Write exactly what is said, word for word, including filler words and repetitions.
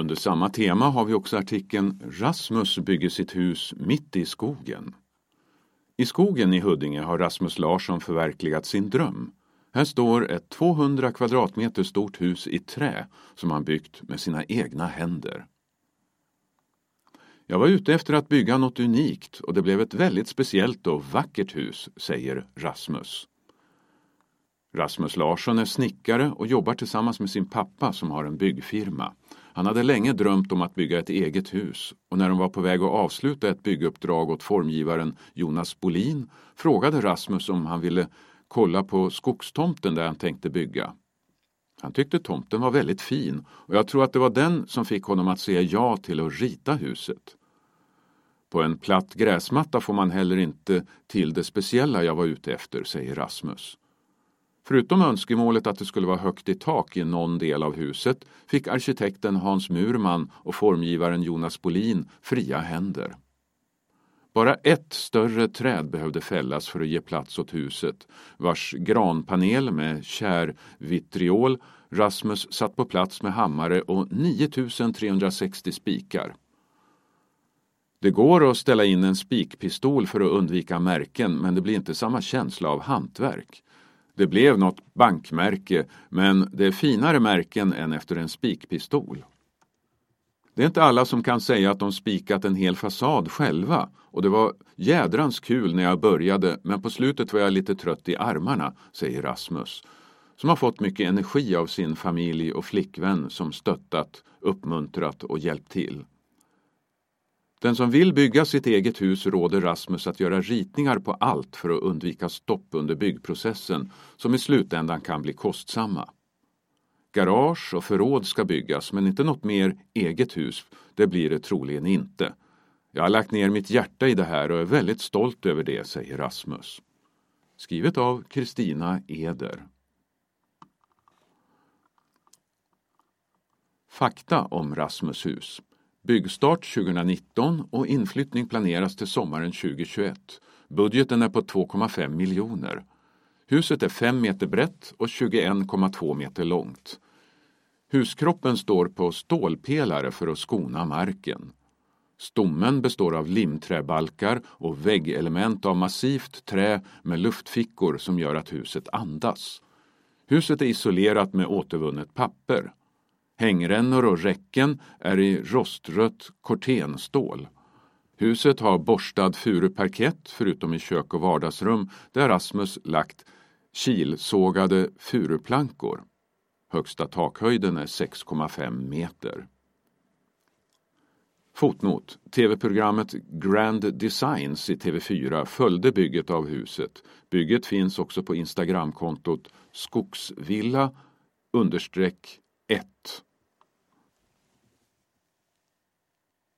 Under samma tema har vi också artikeln Rasmus bygger sitt hus mitt i skogen. I skogen i Huddinge har Rasmus Larsson förverkligat sin dröm. Här står ett tvåhundra kvadratmeter stort hus i trä som han byggt med sina egna händer. Jag var ute efter att bygga något unikt och det blev ett väldigt speciellt och vackert hus, säger Rasmus. Rasmus Larsson är snickare och jobbar tillsammans med sin pappa som har en byggfirma. Han hade länge drömt om att bygga ett eget hus och när de var på väg att avsluta ett bygguppdrag åt formgivaren Jonas Bolin frågade Rasmus om han ville kolla på skogstomten där han tänkte bygga. Han tyckte tomten var väldigt fin och jag tror att det var den som fick honom att säga ja till att rita huset. På en platt gräsmatta får man heller inte till det speciella jag var ute efter, säger Rasmus. Förutom önskemålet att det skulle vara högt i tak i någon del av huset fick arkitekten Hans Murman och formgivaren Jonas Bolin fria händer. Bara ett större träd behövde fällas för att ge plats åt huset, vars granpanel med kärvitriol Rasmus satt på plats med hammare och nio tusen trehundrasextio spikar. Det går att ställa in en spikpistol för att undvika märken, men det blir inte samma känsla av hantverk. Det blev något bankmärke, men det är finare märken än efter en spikpistol. Det är inte alla som kan säga att de spikat en hel fasad själva, och det var jädrans kul när jag började, men på slutet var jag lite trött i armarna, säger Rasmus, som har fått mycket energi av sin familj och flickvän som stöttat, uppmuntrat och hjälpt till. Den som vill bygga sitt eget hus råder Rasmus att göra ritningar på allt för att undvika stopp under byggprocessen som i slutändan kan bli kostsamma. Garage och förråd ska byggas men inte något mer eget hus, det blir det troligen inte. Jag har lagt ner mitt hjärta i det här och är väldigt stolt över det, säger Rasmus. Skrivet av Kristina Eder. Fakta om Rasmus hus. Byggstart tjugonitton och inflyttning planeras till sommaren tjugohundratjugoett. Budgeten är på två komma fem miljoner. Huset är fem meter brett och tjugoen komma två meter långt. Huskroppen står på stålpelare för att skona marken. Stommen består av limträbalkar och väggelement av massivt trä med luftfickor som gör att huset andas. Huset är isolerat med återvunnet papper. Hängrännor och räcken är i rostrött kortenstål. Huset har borstad furuparkett förutom i kök och vardagsrum där Rasmus lagt kilsågade furuplankor. Högsta takhöjden är sex komma fem meter. Fotnot. T V-programmet Grand Designs i T V fyra följde bygget av huset. Bygget finns också på Instagramkontot skogsvilla understreck ett.